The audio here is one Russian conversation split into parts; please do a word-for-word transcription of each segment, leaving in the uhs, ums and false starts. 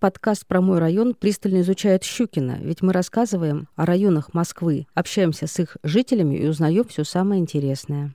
подкаст про мой район пристально изучает Щукино, ведь мы рассказываем о районах Москвы, общаемся с их жителями и узнаем все самое интересное.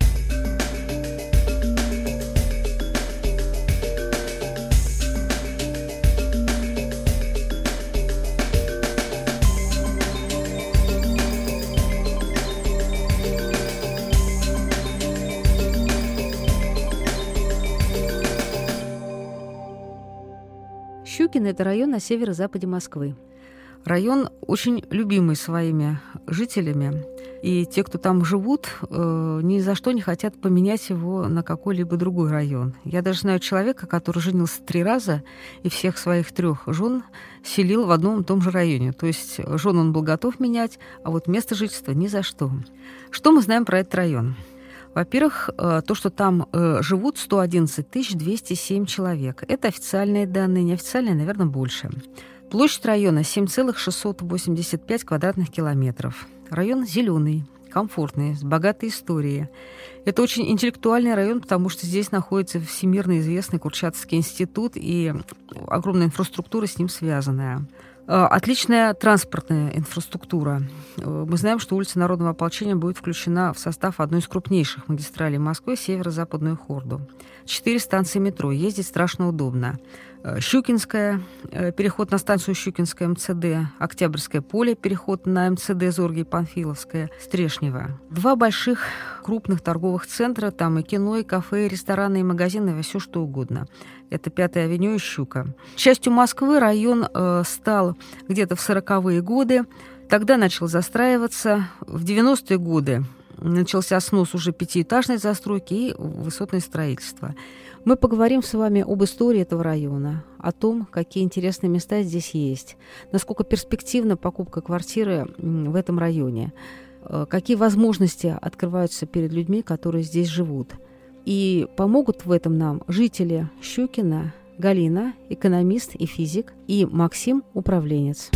Щукино – это район на северо-западе Москвы. Район очень любимый своими жителями. И те, кто там живут, ни за что не хотят поменять его на какой-либо другой район. Я даже знаю человека, который женился три раза и всех своих трех жен селил в одном и том же районе. То есть жен он был готов менять, а вот место жительства ни за что. Что мы знаем про этот район? Во-первых, то, что там живут сто одиннадцать тысяч двести семь человек. Это официальные данные, неофициальные, наверное, больше. Площадь района семь целых шестьсот восемьдесят пять квадратных километров. Район зеленый, комфортный, с богатой историей. Это очень интеллектуальный район, потому что здесь находится всемирно известный Курчатовский институт и огромная инфраструктура с ним связанная. Отличная транспортная инфраструктура. Мы знаем, что улица Народного ополчения будет включена в состав одной из крупнейших магистралей Москвы, северо-западную Хорду. Четыре станции метро. Ездить страшно удобно. Щукинская, переход на станцию Щукинская МЦД, Октябрьское поле, переход на МЦД Зорге Панфиловская, Стрешнево. Два больших крупных торговых центра, там и кино, и кафе, и рестораны, и магазины, и все что угодно. Это Пятая авеню и Щука. Частью Москвы район э, стал где-то в сороковые годы. Тогда начал застраиваться. В девяностые годы начался снос уже пятиэтажной застройки и высотное строительство. Мы поговорим с вами об истории этого района, о том, какие интересные места здесь есть, насколько перспективна покупка квартиры в этом районе, какие возможности открываются перед людьми, которые здесь живут. И помогут в этом нам жители Щукино, Галина, экономист и физик, и Максим, управленец.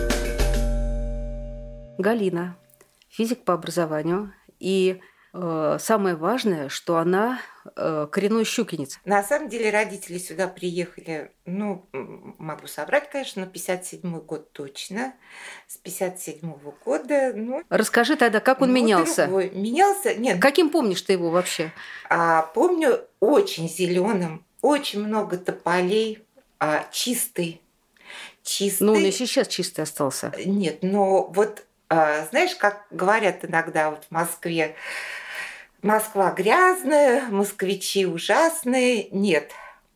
Галина, физик по образованию, и э, самое важное, что она э, коренной щукинец. На самом деле родители сюда приехали, ну, могу соврать, конечно, на пятьдесят седьмой год точно. С пятьдесят седьмого года, ну... Расскажи тогда, как он ну, менялся? Другой. Менялся? Нет. Каким помнишь ты его вообще? А, помню, очень зеленым, очень много тополей, а, чистый. Чистый. Ну, он и сейчас чистый остался. Нет, но вот... Знаешь, как говорят иногда вот в Москве, Москва грязная, москвичи ужасные. Нет,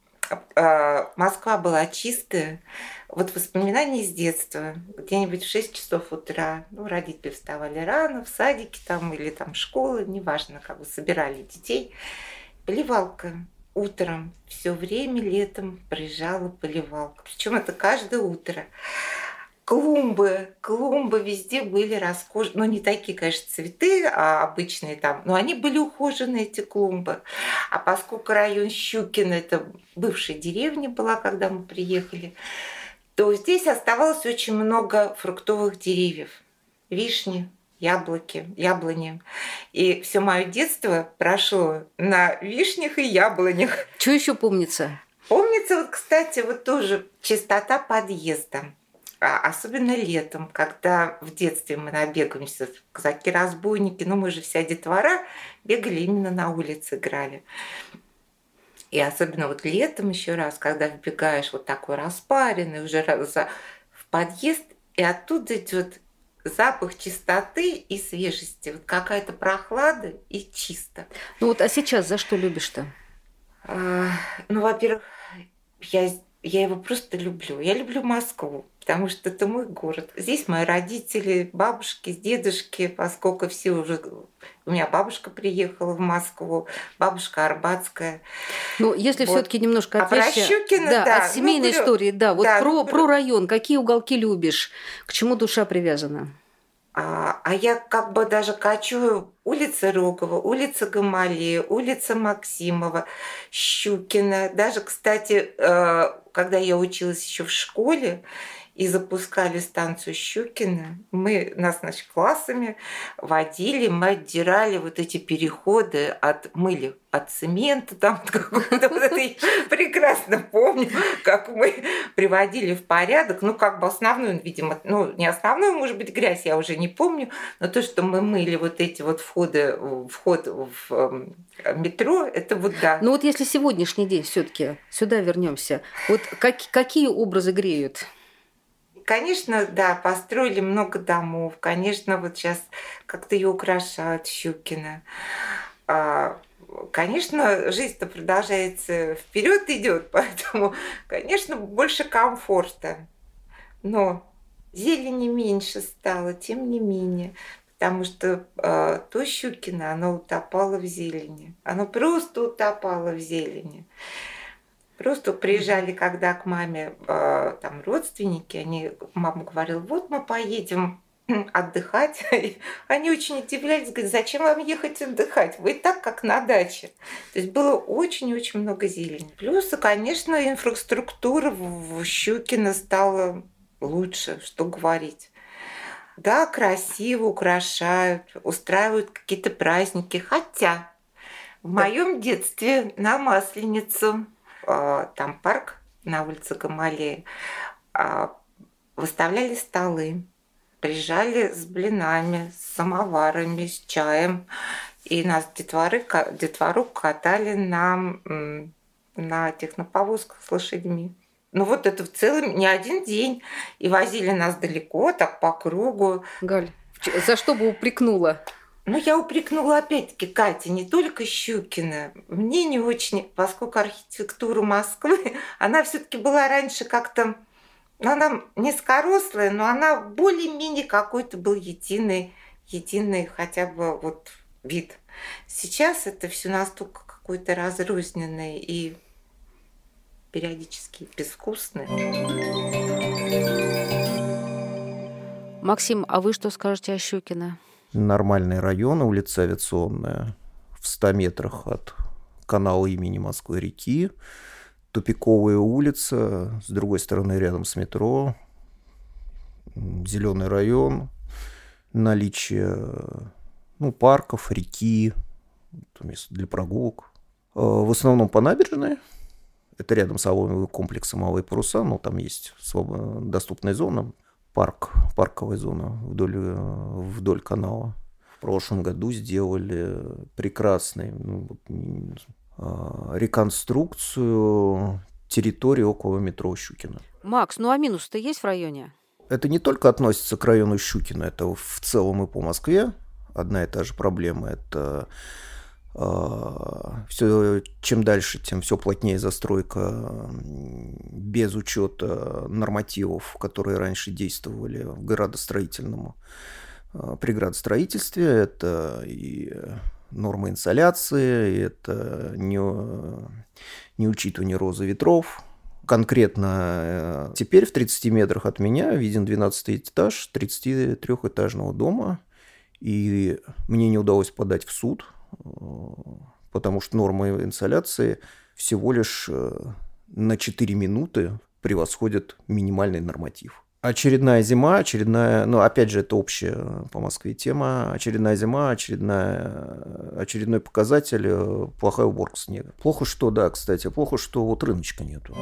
Москва была чистая. Вот воспоминания из детства. Где-нибудь в шесть часов утра, ну, родители вставали рано, в садике там или там школа, неважно, как бы собирали детей. Поливалка. Утром все время летом проезжала поливалка. Причем это каждое утро. Клумбы, клумбы везде были роскошные, ну не такие, конечно, цветы, а обычные там, но они были ухожены, эти клумбы. А поскольку район Щукино, это бывшая деревня была, когда мы приехали, то здесь оставалось очень много фруктовых деревьев, вишни, яблоки, яблони. И все мое детство прошло на вишнях и яблонях. Что еще помнится? Помнится, вот, кстати, вот тоже чистота подъезда. Особенно летом, когда в детстве мы набегаемся, казаки-разбойники, ну мы же вся детвора бегали именно на улице, играли. И особенно вот летом еще раз, когда вбегаешь вот такой распаренный уже в подъезд, и оттуда идет запах чистоты и свежести, вот какая-то прохлада и чисто. Ну вот, а сейчас за что любишь-то? А, ну, во-первых, я Я его просто люблю. Я люблю Москву, потому что это мой город. Здесь мои родители, бабушки, дедушки, поскольку все уже... У меня бабушка приехала в Москву, бабушка Арбатская. Ну, если вот. Все-таки немножко отвлечься... А про Щукино, да, да. от семейной ну, истории, да. Вот да, про, ну, про район, какие уголки любишь, к чему душа привязана? А, а я как бы даже кочую улица Рогова, улица Гамалея, улица Максимова, Щукина. Даже, кстати, когда я училась еще в школе, и запускали станцию Щукина, мы, нас, значит, классами водили, мы отдирали вот эти переходы от мыли, от цемента, там какого-то вот это я прекрасно помню, как мы приводили в порядок, ну, как бы основную, видимо, ну, не основную, может быть, грязь, я уже не помню, но то, что мы мыли вот эти вот входы, вход в метро, это вот да. Ну, вот если сегодняшний день все-таки сюда вернемся, вот как, какие образы греют? Конечно, да, построили много домов. Конечно, вот сейчас как-то ее украшают, Щукина. Конечно, жизнь-то продолжается, вперед идет, поэтому, конечно, больше комфорта. Но зелени меньше стало, тем не менее. Потому что э, то Щукино, оно утопало в зелени. Оно просто утопало в зелени. Просто приезжали, когда к маме э, там родственники, они, мама говорила, вот мы поедем отдыхать. Они очень удивлялись, говорят, зачем вам ехать отдыхать? Вы и так, как на даче. То есть было очень-очень много зелени. Плюс, конечно, инфраструктура в Щукино стала лучше, что говорить. Да, красиво украшают, устраивают какие-то праздники. Хотя в моем детстве на Масленицу там парк на улице Гамалея, выставляли столы, приезжали с блинами, с самоварами, с чаем, и нас детворы, детвору катали на, на техноповозках с лошадьми. Ну вот это в целом не один день, и возили нас далеко, так по кругу. Галь, за что бы упрекнула? Ну, я упрекнула опять-таки Катя, не только Щукина. Мне не очень, поскольку архитектура Москвы, она все-таки была раньше как-то, ну, она низкорослая, но она более-менее какой-то был единый, единый хотя бы вот вид. Сейчас это все настолько какое-то разрозненное и периодически безвкусное. Максим, а вы что скажете о Щукино? Нормальный район, улица Авиационная, в ста метрах от канала имени Москвы-реки, тупиковая улица, с другой стороны рядом с метро, зеленый район, наличие ну, парков, реки, место для прогулок. В основном по набережной, это рядом с комплексом «Малые паруса», но там есть доступная зона. Парк, парковая зона вдоль, вдоль канала. В прошлом году сделали прекрасную ну, реконструкцию территории около метро Щукино. Макс, ну а минус-то есть в районе? Это не только относится к району Щукино, это в целом и по Москве одна и та же проблема. Это все, чем дальше, тем все плотнее застройка без учета нормативов, которые раньше действовали в градостроительном, при градостроительстве. Это и нормы инсоляции, это не, не учитывание розы ветров. Конкретно теперь в тридцати метрах от меня виден двенадцатый этаж тридцатитрёхэтажного дома, и мне не удалось подать в суд, потому что нормы инсоляции всего лишь на четыре минуты превосходят минимальный норматив. Очередная зима, очередная, ну опять же это общая по Москве тема, очередная зима, очередная, очередной показатель, плохая уборка снега. Плохо что, да, кстати, плохо что вот рыночка нету.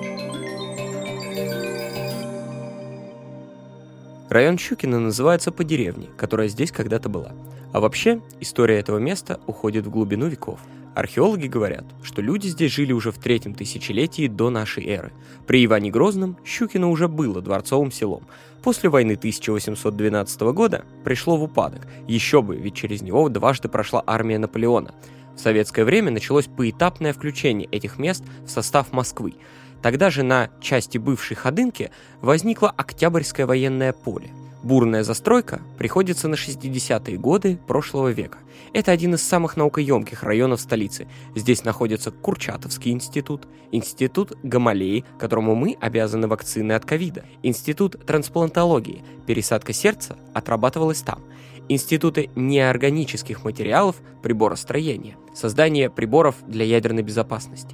Район Щукино называется по деревне, которая здесь когда-то была. А вообще, история этого места уходит в глубину веков. Археологи говорят, что люди здесь жили уже в третьем тысячелетии до нашей эры. При Иване Грозном Щукино уже было дворцовым селом. После войны тысяча восемьсот двенадцатого года пришло в упадок. Еще бы, ведь через него дважды прошла армия Наполеона. В советское время началось поэтапное включение этих мест в состав Москвы. Тогда же на части бывшей Ходынки возникло Октябрьское военное поле. Бурная застройка приходится на шестидесятые годы прошлого века. Это один из самых наукоемких районов столицы. Здесь находится Курчатовский институт, институт Гамалеи, которому мы обязаны вакциной от ковида, институт трансплантологии, пересадка сердца отрабатывалась там. институты неорганических материалов, приборостроения, создание приборов для ядерной безопасности.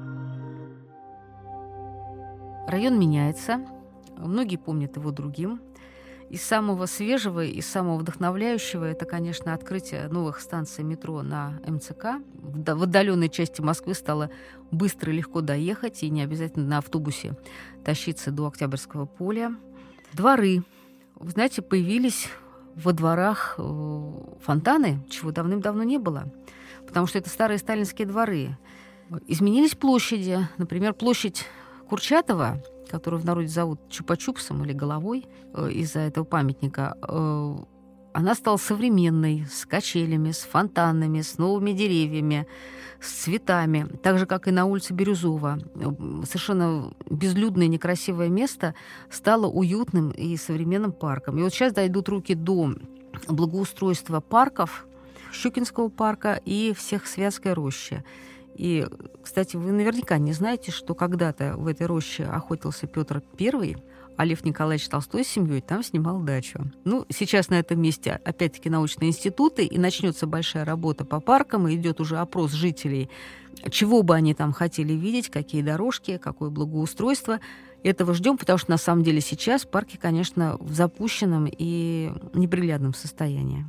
Район меняется, многие помнят его другим. Из самого свежего и самого вдохновляющего это, конечно, открытие новых станций метро на эм цэ ка. В отдаленной части Москвы стало быстро и легко доехать, и не обязательно на автобусе тащиться до Октябрьского поля. Дворы. Вы знаете, появились во дворах фонтаны, чего давным-давно не было, потому что это старые сталинские дворы. Изменились площади. Например, площадь Курчатова, которую в народе зовут Чупа-Чупсом или Головой э, из-за этого памятника, э, она стала современной, с качелями, с фонтанами, с новыми деревьями, с цветами. Так же, как и на улице Бирюзова. Совершенно безлюдное, некрасивое место стало уютным и современным парком. И вот сейчас дойдут руки до благоустройства парков, Щукинского парка и всех Святской рощи. И, кстати, вы наверняка не знаете, что когда-то в этой роще охотился Петр Первый, а Лев Николаевич Толстой с семьей там снимал дачу. Ну, сейчас на этом месте опять-таки научные институты, и начнется большая работа по паркам, и идет уже опрос жителей, чего бы они там хотели видеть, какие дорожки, какое благоустройство. Этого ждем, потому что на самом деле сейчас парки, конечно, в запущенном и неприглядном состоянии.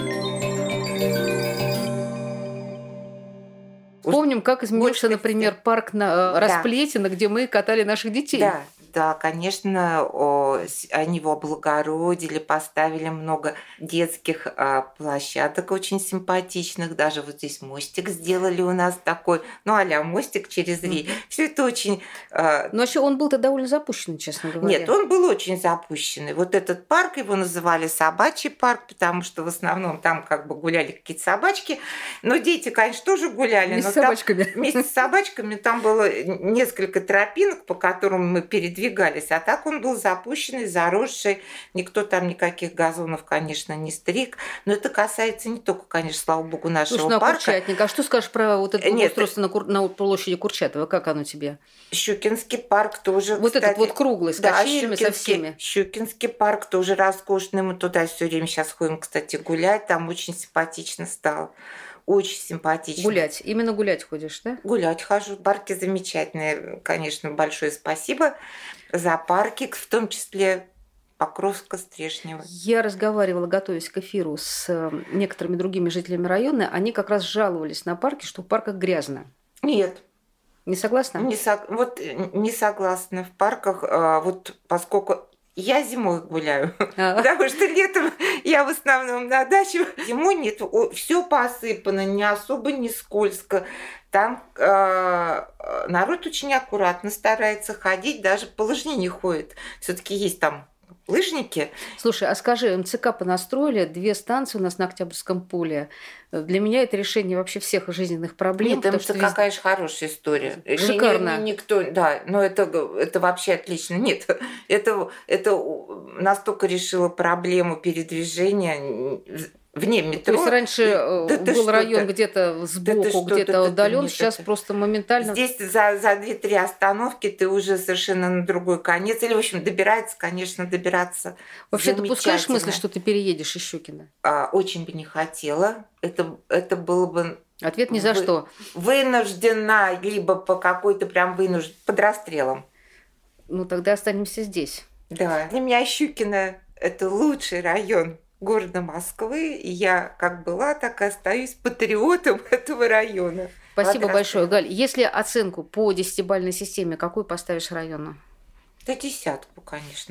Помним, как изменился, например, парк на да. Расплетино, где мы катали наших детей. Да, да, конечно, о, они его облагородили, поставили много детских а, площадок очень симпатичных. Даже вот здесь мостик сделали у нас такой, ну, а-ля мостик через речь. Mm-hmm. Все это очень... А... Но еще он был-то довольно запущенный, честно говоря. Нет, он был очень запущенный. Вот этот парк, его называли собачий парк, потому что в основном там как бы гуляли какие-то собачки. Но дети, конечно, тоже гуляли. Вместе но с собачками. Там, вместе с собачками там было несколько тропинок, по которым мы передвигались. А так он был запущенный, заросший. Никто там никаких газонов, конечно, не стриг. Но это касается не только, конечно, слава богу, нашего Слушай, парка. Курчатник. А что скажешь про вот это устройство на, Кур... на площади Курчатова? Как оно тебе? Щукинский парк тоже, вот кстати, этот вот круглый, с качелями, да, со всеми. Щукинский парк тоже роскошный. Мы туда все время сейчас ходим, кстати, гулять. Там очень симпатично стало. Очень симпатично. Гулять. Именно гулять ходишь, да? Гулять хожу. Парки замечательные. Конечно, большое спасибо за парки, в том числе Покровско-Стрешнево. Я разговаривала, готовясь к эфиру, с некоторыми другими жителями района. Они как раз жаловались на парки, что в парках грязно. Нет. Не согласна? Не, со... вот, не согласна. В парках, вот поскольку... Я зимой гуляю, а-а-а. Потому что летом я в основном на даче. Зимой нет, все посыпано, не особо не скользко. Там э, народ очень аккуратно старается ходить, даже по лыжне не ходит. Все-таки есть там лыжники. Слушай, а скажи, эм цэ ка понастроили, две станции у нас на Октябрьском поле. Для меня это решение вообще всех жизненных проблем. Нет, эм цэ ка, какая же хорошая история. Шикарно. Ни, ни, никто, да, но это, это вообще отлично. Нет, это, это настолько решило проблему передвижения вне метро. То есть раньше да был район ты? Где-то сбоку, да где-то отдален, сейчас это. Просто моментально... Здесь за, за две-три остановки ты уже совершенно на другой конец. Или, в общем, добирается, конечно, добираться. Вообще, допускаешь мысль, что ты переедешь из Щукина? А, очень бы не хотела. Это, это было бы... Ответ ни за вы, что. Вынуждена, либо по какой-то прям вынужден... под расстрелом. Ну, тогда останемся здесь. Да. Для меня Щукино – это лучший район города Москвы, и я как была, так и остаюсь патриотом этого района. Спасибо вот большое, Галь. Если оценку по десятибалльной системе, какую поставишь району? Да десятку, конечно.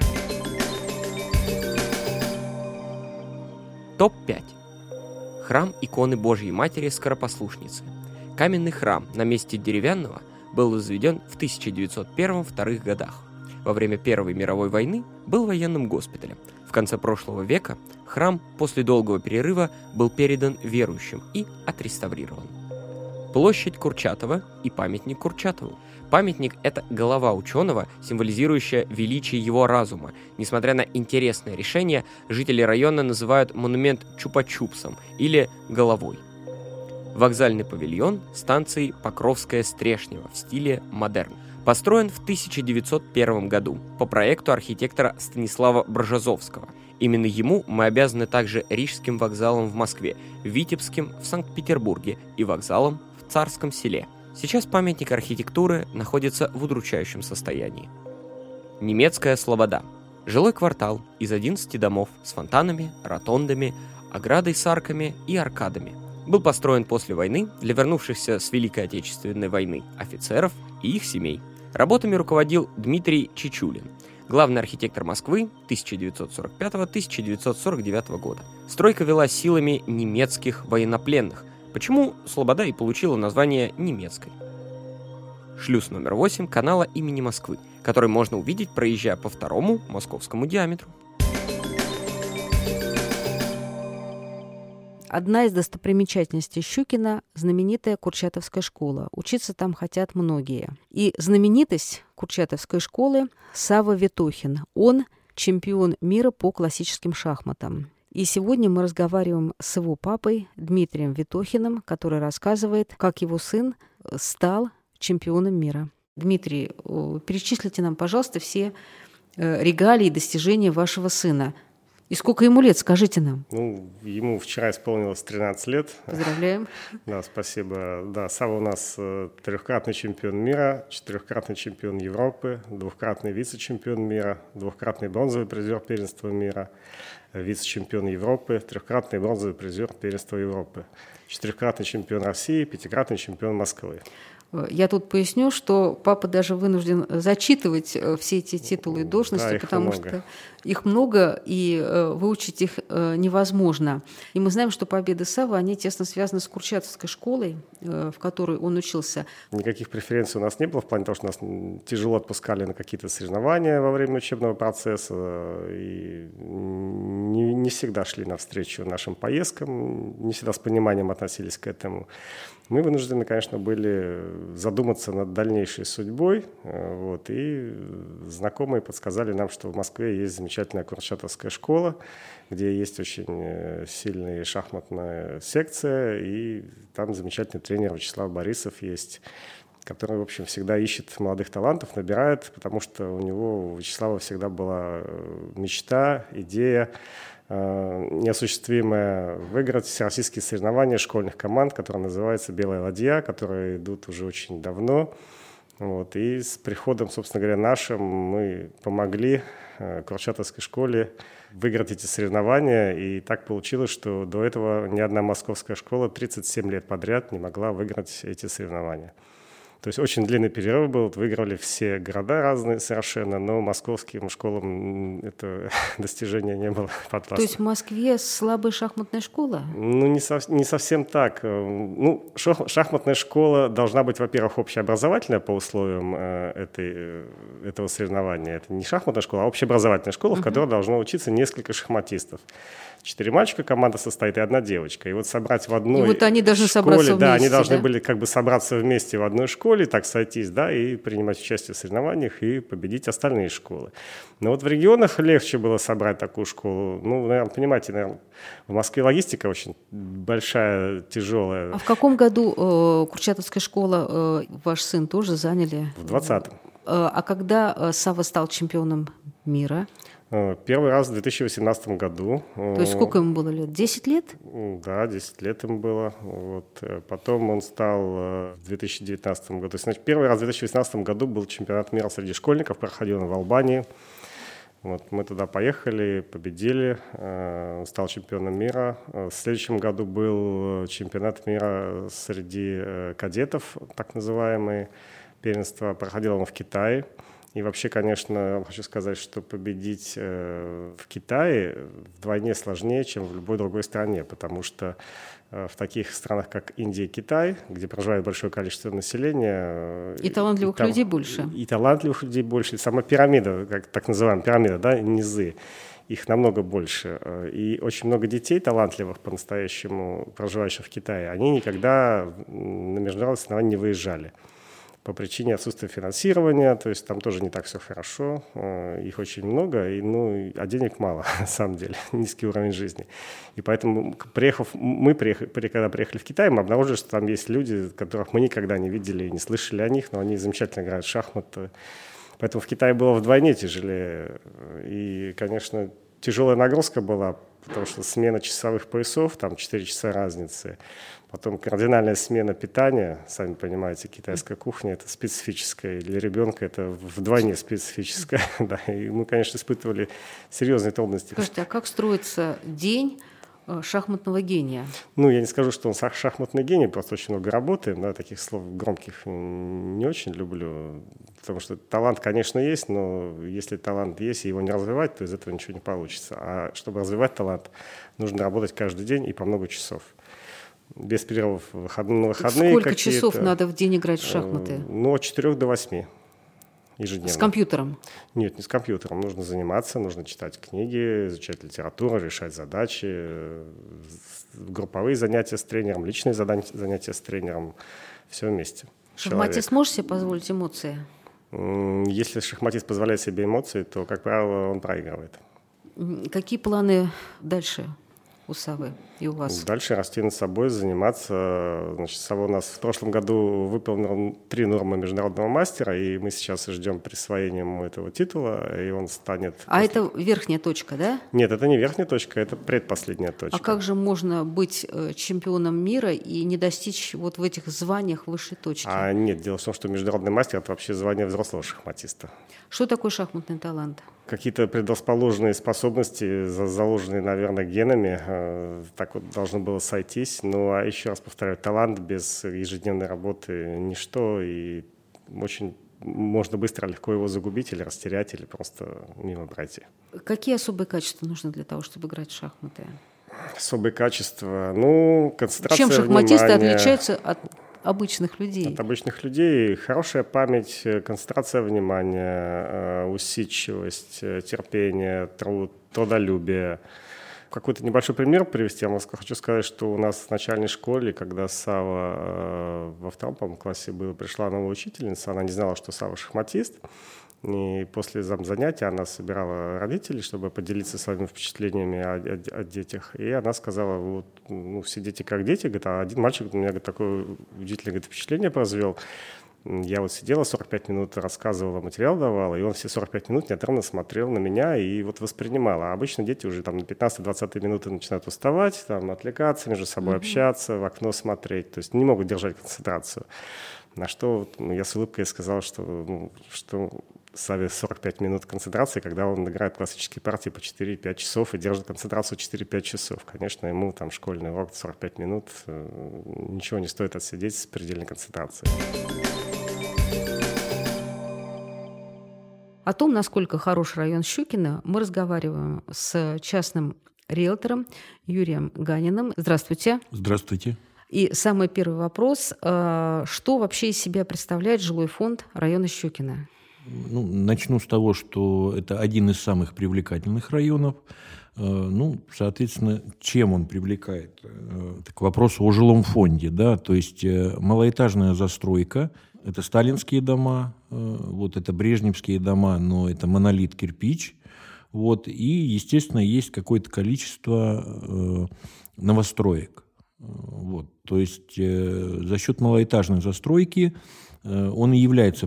топ пять. Храм иконы Божьей Матери Скоропослушницы. Каменный храм на месте деревянного был возведен в тысяча девятьсот первом-вторых годах. Во время Первой мировой войны был военным госпиталем. В конце прошлого века храм после долгого перерыва был передан верующим и отреставрирован. Площадь Курчатова и памятник Курчатову. Памятник – это голова ученого, символизирующая величие его разума. Несмотря на интересное решение, жители района называют монумент Чупа-Чупсом или головой. Вокзальный павильон станции Покровская-Стрешнево в стиле модерн. Построен в тысяча девятьсот первом году по проекту архитектора Станислава Бржазовского. Именно ему мы обязаны также Рижским вокзалом в Москве, Витебским в Санкт-Петербурге и вокзалом в Царском Селе. Сейчас памятник архитектуры находится в удручающем состоянии. Немецкая Слобода. Жилой квартал из одиннадцати домов с фонтанами, ротондами, оградой с арками и аркадами. Был построен после войны для вернувшихся с Великой Отечественной войны офицеров и их семей. Работами руководил Дмитрий Чичулин, главный архитектор Москвы тысяча девятьсот сорок пятого — тысяча девятьсот сорок девятого года. Стройка велась силами немецких военнопленных, почему Слобода и получила название немецкой. Шлюз номер восемь канала имени Москвы, который можно увидеть, проезжая по второму московскому диаметру. Одна из достопримечательностей Щукина – знаменитая Курчатовская школа. Учиться там хотят многие. И знаменитость Курчатовской школы – Савва Ветохин. Он – чемпион мира по классическим шахматам. И сегодня мы разговариваем с его папой Дмитрием Ветохиным, который рассказывает, как его сын стал чемпионом мира. Дмитрий, перечислите нам, пожалуйста, все регалии и достижения вашего сына. И сколько ему лет, скажите нам? Ну, ему вчера исполнилось тринадцать лет. Поздравляем. Да, спасибо. Да, Савва у нас трехкратный чемпион мира, четырехкратный чемпион Европы, двухкратный вице-чемпион мира, двухкратный бронзовый призер первенства мира, вице-чемпион Европы, трехкратный бронзовый призер первенства Европы, четырехкратный чемпион России, пятикратный чемпион Москвы. Я тут поясню, что папа даже вынужден зачитывать все эти титулы и должности, да, потому много. что их много, и выучить их невозможно. И мы знаем, что победы Саввы, они тесно связаны с Курчатовской школой, в которой он учился. Никаких преференций у нас не было, в плане того, что нас тяжело отпускали на какие-то соревнования во время учебного процесса, и не, не всегда шли навстречу нашим поездкам, не всегда с пониманием относились к этому. Мы вынуждены, конечно, были задуматься над дальнейшей судьбой, вот, и знакомые подсказали нам, что в Москве есть замечательная Курчатовская школа, где есть очень сильная шахматная секция, и там замечательный тренер Вячеслав Борисов есть, который, в общем, всегда ищет молодых талантов, набирает, потому что у него, у Вячеслава всегда была мечта, идея, неосуществимое выиграть всероссийские соревнования школьных команд, которые называются «Белая ладья», которые идут уже очень давно. Вот. И с приходом, собственно говоря, нашим мы помогли Курчатовской школе выиграть эти соревнования. И так получилось, что до этого ни одна московская школа тридцать семь лет подряд не могла выиграть эти соревнования. То есть очень длинный перерыв был, выиграли все города разные совершенно, но московским школам это достижение не было подвластно. То есть в Москве слабая шахматная школа? Ну, не, сов, не совсем так. Ну, шахматная школа должна быть, во-первых, общеобразовательная по условиям этой, этого соревнования. Это не шахматная школа, а общеобразовательная школа, uh-huh. в которой должно учиться несколько шахматистов. Четыре мальчика команда состоит и одна девочка. И вот собрать в одной и вот они должны школе, собраться вместе, да, они должны да? были как бы собраться вместе в одной школе, так сойтись, да, и принимать участие в соревнованиях и победить остальные школы. Но вот в регионах легче было собрать такую школу. Ну, наверное, понимаете, наверное, в Москве логистика очень большая, тяжелая. А в каком году э, Курчатовская школа, э, ваш сын тоже заняли? В двадцатом. Э, а когда э, Савва стал чемпионом мира? Первый раз в две тысячи восемнадцатом году. То есть сколько ему было лет? десять лет? Да, десять лет ему было. Вот. Потом он стал в две тысячи девятнадцатом году. Значит, первый раз в две тысячи восемнадцатом году был чемпионат мира среди школьников, проходил он в Албании. Вот. Мы туда поехали, победили, стал чемпионом мира. В следующем году был чемпионат мира среди кадетов, так называемый. Первенство проходило он в Китае. И вообще, конечно, хочу сказать, что победить э, в Китае вдвойне сложнее, чем в любой другой стране, потому что э, в таких странах, как Индия и Китай, где проживает большое количество населения... И талантливых и там, людей больше. И, и талантливых людей больше. И сама пирамида, как так называемая пирамида, да, низы, их намного больше. И очень много детей талантливых по-настоящему, проживающих в Китае, они никогда на международные соревнования не выезжали. По причине отсутствия финансирования, то есть там тоже не так все хорошо, их очень много, и, ну, а денег мало, на самом деле, низкий уровень жизни. И поэтому, приехав, мы, приехали, когда приехали в Китай, мы обнаружили, что там есть люди, которых мы никогда не видели и не слышали о них, но они замечательно играют в шахматы. Поэтому в Китае было вдвойне тяжелее. И, конечно, тяжелая нагрузка была, потому что смена часовых поясов, там четыре часа разницы. Потом кардинальная смена питания, сами понимаете, китайская кухня, это специфическая, и для ребенка это вдвойне специфическая. Да, и мы, конечно, испытывали серьезные трудности. Скажите, а как строится день шахматного гения? Ну, я не скажу, что он шахматный гений, просто очень много работаем, да, таких слов громких не очень люблю, потому что талант, конечно, есть, но если талант есть, и его не развивать, то из этого ничего не получится. А чтобы развивать талант, нужно работать каждый день и по много часов. Без перерывов на выходные. Сколько часов надо в день играть в шахматы? Ну, от четырёх до восьми ежедневно. С компьютером? Нет, не с компьютером. Нужно заниматься, нужно читать книги, изучать литературу, решать задачи, групповые занятия с тренером, личные занятия с тренером. Все вместе. Шахматист может себе позволить эмоции? Если шахматист позволяет себе эмоции, то, как правило, он проигрывает. Какие планы дальше у Савы и у вас? Дальше расти над собой, заниматься. Значит, Сава у нас в прошлом году выполнил три нормы международного мастера, и мы сейчас ждем присвоения ему этого титула, и он станет... А после... это верхняя точка, да? Нет, это не верхняя точка, это предпоследняя точка. А как же можно быть чемпионом мира и не достичь вот в этих званиях высшей точки? А нет, дело в том, что международный мастер – это вообще звание взрослого шахматиста. Что такое шахматный талант? Какие-то предрасположенные способности, заложенные, наверное, генами, так вот должно было сойтись. Ну, а еще раз повторяю, талант без ежедневной работы – ничто, и очень можно быстро, легко его загубить или растерять, или просто мимо пройти. Какие особые качества нужны для того, чтобы играть в шахматы? Особые качества? Ну, концентрация внимания. Чем шахматисты внимания. Отличаются от обычных людей? От обычных людей хорошая память, концентрация внимания, усидчивость, терпение, труд, трудолюбие. Какой-то небольшой пример привести. Я вам хочу сказать, что у нас в начальной школе, когда Сава во втором, по-моему, классе был, пришла новая учительница, она не знала, что Сава шахматист. И после занятия она собирала родителей, чтобы поделиться своими впечатлениями о, о, о детях. И она сказала, вот, ну, все дети как дети. Говорит, а один мальчик у меня говорит, такое удивительное говорит, впечатление произвел. Я вот сидела, сорок пять минут рассказывала, материал давала, и он все сорок пять минут неотрывно смотрел на меня и вот воспринимал. А обычно дети уже там на пятнадцатой-двадцатой минуты начинают уставать, там, отвлекаться, между собой mm-hmm. общаться, в окно смотреть. То есть не могут держать концентрацию. На что ну, я с улыбкой сказал, что... Ну, что Саве сорок пять минут концентрации, когда он играет классические партии по четыре-пять часов и держит концентрацию четыре-пять часов. Конечно, ему там школьный урок сорок пять минут ничего не стоит отсидеть с предельной концентрацией. О том, насколько хорош район Щукино, мы разговариваем с частным риэлтором Юрием Ганиным. Здравствуйте. Здравствуйте. И самый первый вопрос. Что вообще из себя представляет жилой фонд района Щукино? Ну, начну с того, что это один из самых привлекательных районов. Ну, соответственно, чем он привлекает? Так, к вопросу о жилом фонде. Да? То есть малоэтажная застройка, это сталинские дома, вот это брежневские дома, но это монолит кирпич. Вот, и, естественно, есть какое-то количество новостроек. Вот, то есть за счет малоэтажной застройки он и является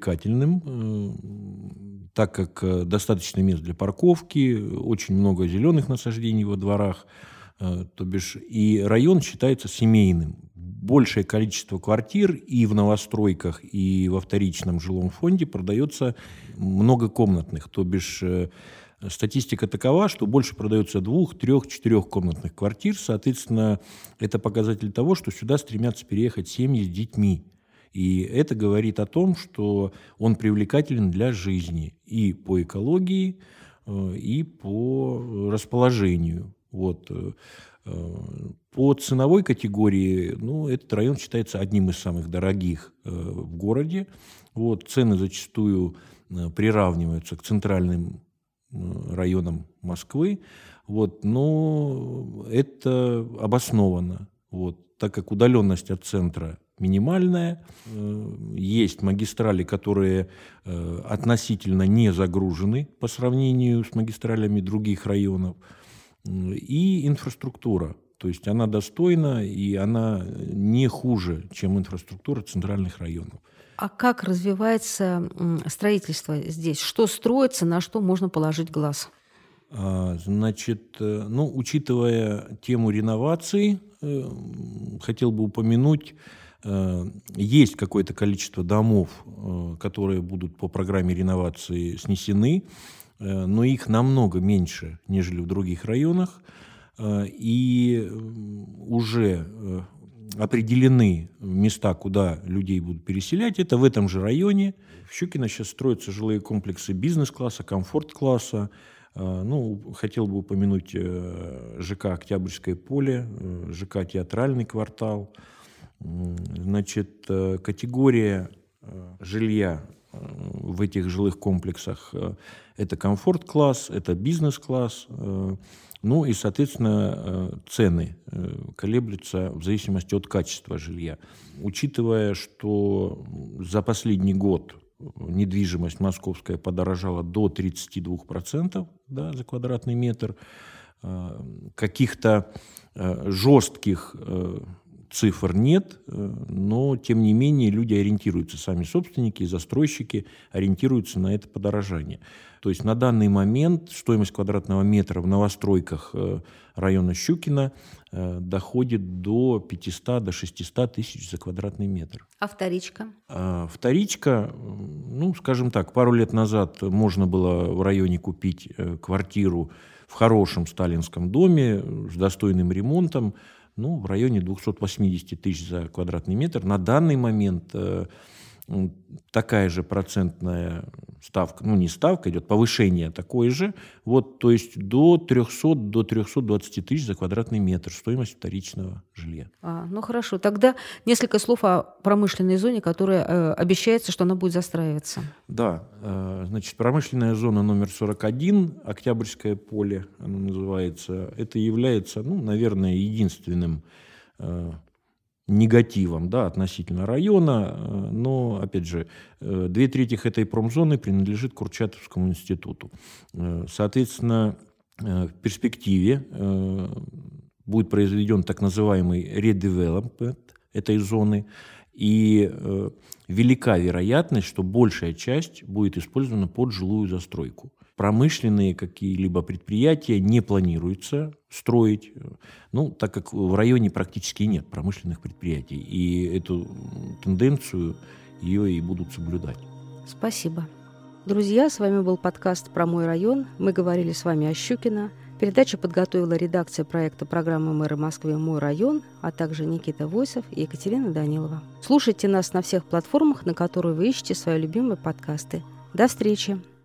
привлекательным, так как достаточно мест для парковки, очень много зеленых насаждений во дворах, то бишь и район считается семейным. Большее количество квартир и в новостройках, и во вторичном жилом фонде продается многокомнатных, то бишь статистика такова, что больше продается двух, трех, четырехкомнатных квартир, соответственно, это показатель того, что сюда стремятся переехать семьи с детьми. И это говорит о том, что он привлекателен для жизни и по экологии, и по расположению. Вот. По ценовой категории, ну, этот район считается одним из самых дорогих в городе. Вот. Цены зачастую приравниваются к центральным районам Москвы. Вот. Но это обоснованно, вот, так как удаленность от центра минимальная. Есть магистрали, которые относительно не загружены по сравнению с магистралями других районов. И инфраструктура. То есть она достойна, и она не хуже, чем инфраструктура центральных районов. А как развивается строительство здесь? Что строится, на что можно положить глаз? Значит, ну, учитывая тему реновации, хотел бы упомянуть, есть какое-то количество домов, которые будут по программе реновации снесены, но их намного меньше, нежели в других районах, и уже определены места, куда людей будут переселять. Это в этом же районе. В Щукино сейчас строятся жилые комплексы бизнес-класса, комфорт-класса. Ну, хотел бы упомянуть ЖК «Октябрьское поле», ЖК «Театральный квартал». Значит, категория жилья в этих жилых комплексах – это комфорт-класс, это бизнес-класс. Ну и, соответственно, цены колеблются в зависимости от качества жилья. Учитывая, что за последний год недвижимость московская подорожала до тридцати двух процентов, да, за квадратный метр, каких-то жестких цифр нет, но, тем не менее, люди ориентируются, сами собственники и застройщики ориентируются на это подорожание. То есть на данный момент стоимость квадратного метра в новостройках района Щукино доходит до пятисот, до шестисот тысяч за квадратный метр. А вторичка? А вторичка, ну, скажем так, пару лет назад можно было в районе купить квартиру в хорошем сталинском доме с достойным ремонтом, ну, в районе двухсот восьмидесяти тысяч за квадратный метр. На данный момент э, такая же процентная ставка, ну, не ставка, идет повышение такое же, вот, то есть до трехсот, до трехсот двадцати тысяч за квадратный метр стоимость вторичного жилья. А, ну, хорошо. Тогда несколько слов о промышленной зоне, которая э, обещается, что она будет застраиваться. Да, э, значит, промышленная зона номер сорок один, Октябрьское поле, оно называется, это является, ну, наверное, единственным э, негативом, да, относительно района, но, опять же, две трети этой промзоны принадлежит Курчатовскому институту. Соответственно, в перспективе будет произведен так называемый редевелопмент этой зоны, и велика вероятность, что большая часть будет использована под жилую застройку. Промышленные какие-либо предприятия не планируется строить, ну, так как в районе практически нет промышленных предприятий. И эту тенденцию ее и будут соблюдать. Спасибо. Друзья, с вами был подкаст «Про мой район». Мы говорили с вами о Щукино. Передачу подготовила редакция проекта программы мэра Москвы «Мой район», а также Никита Войсов и Екатерина Данилова. Слушайте нас на всех платформах, на которые вы ищете свои любимые подкасты. До встречи!